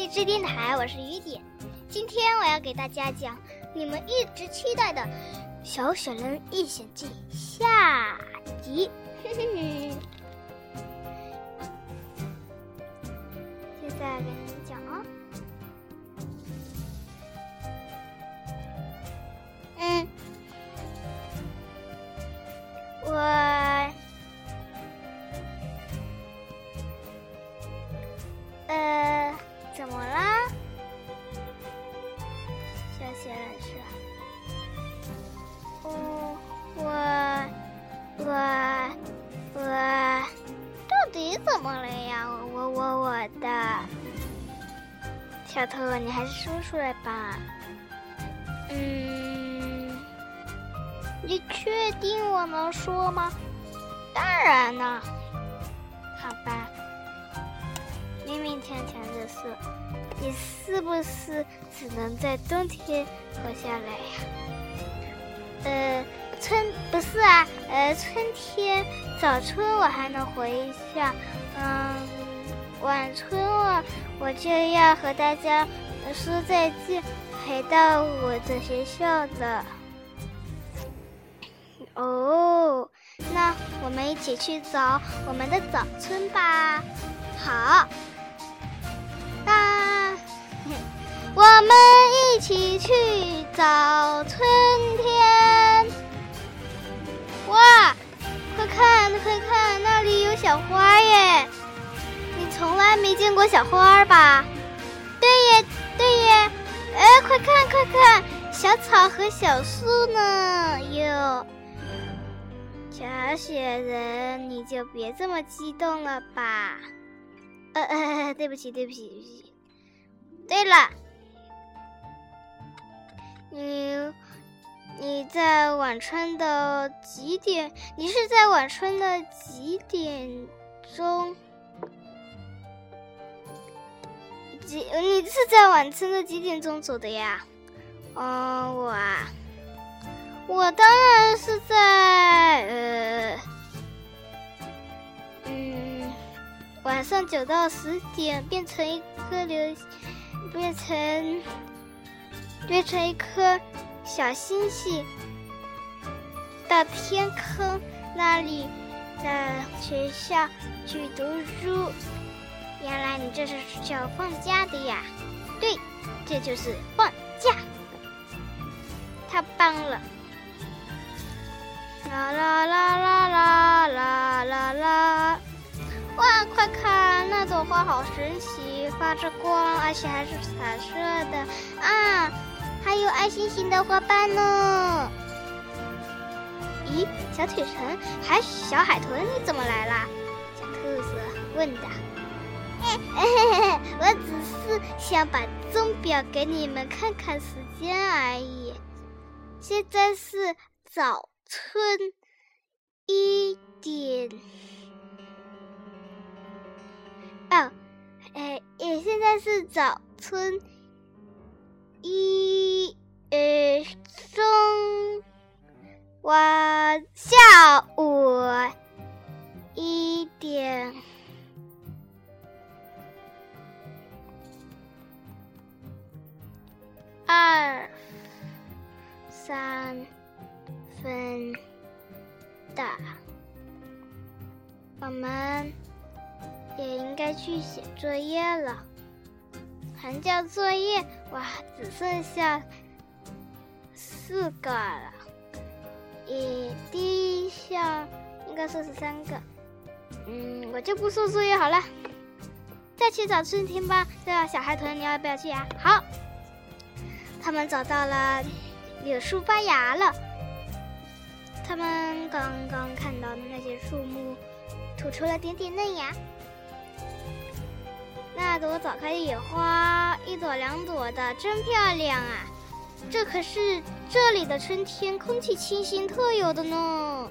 励志电台，我是雨点。今天我要给大家讲你们一直期待的《小雪人历险记》下集。现在给你们讲啊。怎么啦？小雪人说：“我到底怎么了呀？我的小偷，你还是说出来吧。你确定我能说吗？当然了。好吧。明明天天的事，你是不是只能在冬天活下来呀？春天早春我还能活一下，晚春我就要和大家说再见，回到我的学校了。哦，那我们一起去找我们的早春吧。好。我们一起去找春天。哇，快看，那里有小花耶！你从来没见过小花吧？对耶！快看，小草和小树呢？哟，小雪人，你就别这么激动了吧？对不起。对了，你在晚春的几点？你是在晚春的几点钟？你是在晚春的几点钟走的呀？我当然是在晚上9到10点变成一颗小星星，到天空那里的学校去读书。原来你这是叫放假的呀？对，这就是放假。太棒了！啦啦啦啦啦啦啦啦！哇，快看，那朵花好神奇，发着光，而且还是彩色的啊！还有爱心型的花瓣呢。咦，小腿神，小海豚，你怎么来啦？小兔子问道。我只是想把钟表给你们看看时间而已。现在是早春1点。现在是早春下午1点23分的，我们也应该去写作业了。寒假作业只剩下4个了，第一项应该是13个。我就不做作业好了，再去找春天吧。对了，小海豚，你要不要去呀？好。他们找到了柳树发芽了，他们刚刚看到的那些树木吐出了点点嫩芽。那朵早开的野花，1朵2朵的，真漂亮啊！这可是这里的春天空气清新特有的呢。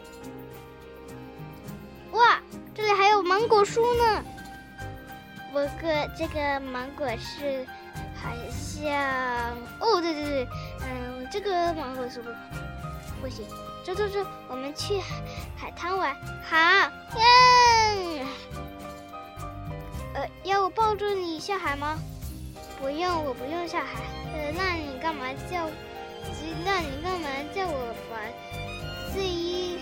哇，这里还有芒果树呢。不过这个芒果是好像对，这个芒果树不行。走，我们去海滩玩。好，要我抱住你下海吗？ 不用，我不用下海。那你干嘛叫我把睡衣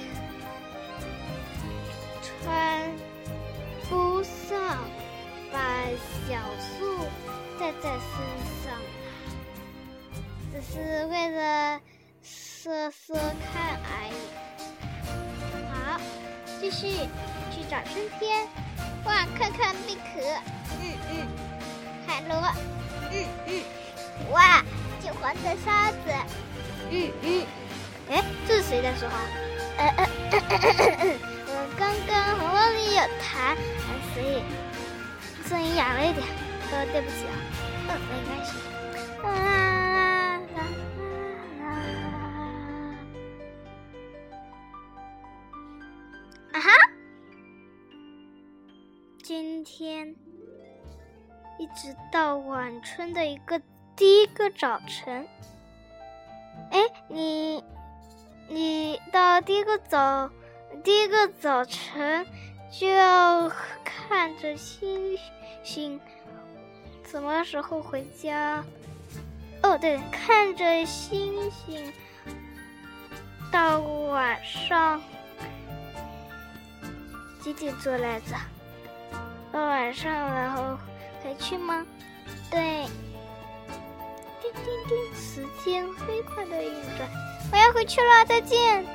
穿不上，把小树带在身上？只是为了试试看而已。好，继续去找春天。哇，看看贝壳，海螺，哇，金黄的沙子，哎，这是谁在说话？我刚刚喉咙里有痰，所以声音哑了一点。对不起啊。没关系。啊哈！今天一直到晚春的第一个早晨，哎，你到第一个早晨就要看着星星，什么时候回家？哦，对，看着星星到晚上几点钟来着？到晚上然后回去吗？对。叮叮叮，时间飞快的运转，我要回去了，再见。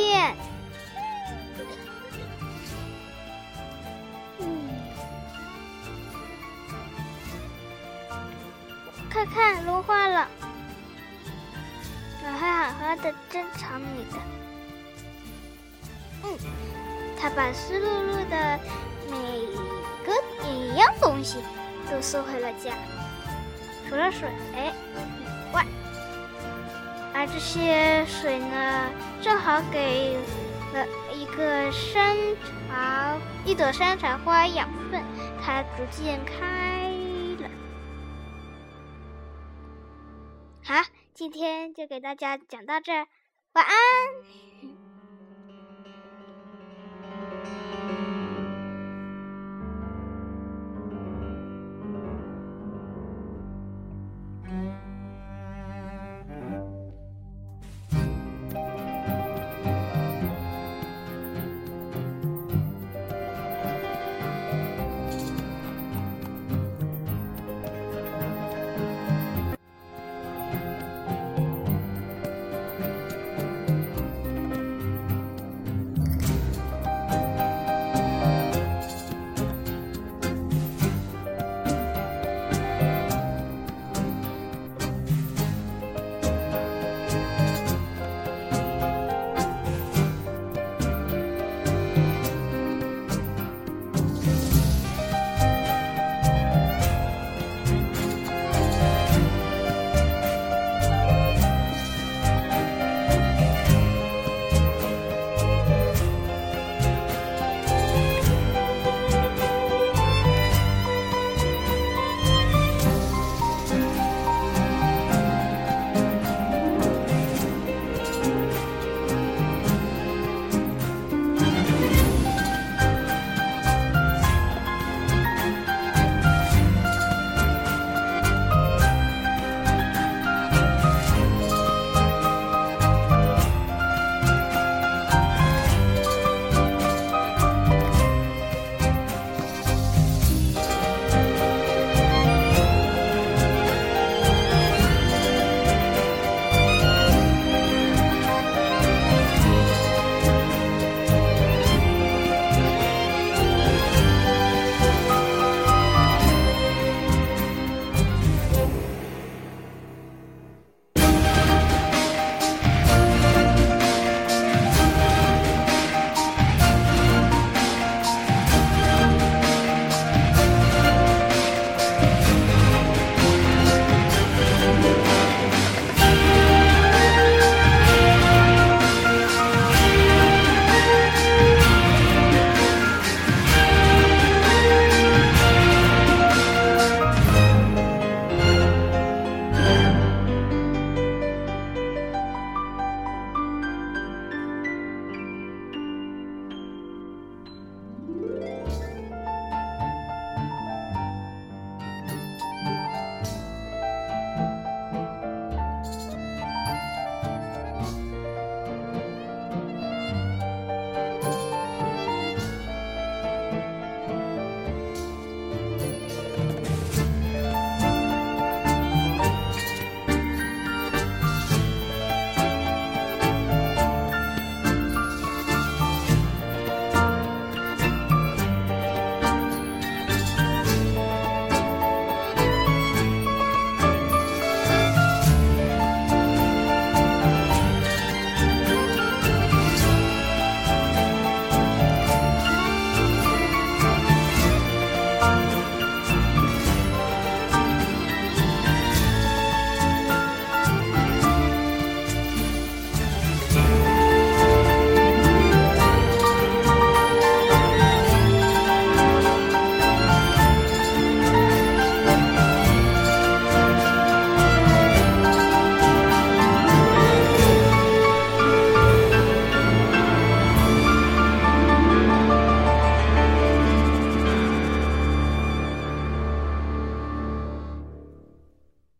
看融化了，我会好好的珍藏你的。他把湿漉漉的每一样东西都收回了家，除了水以外，而这些水呢，正好给了一朵山茶花养分，它逐渐开了。好，今天就给大家讲到这儿，晚安。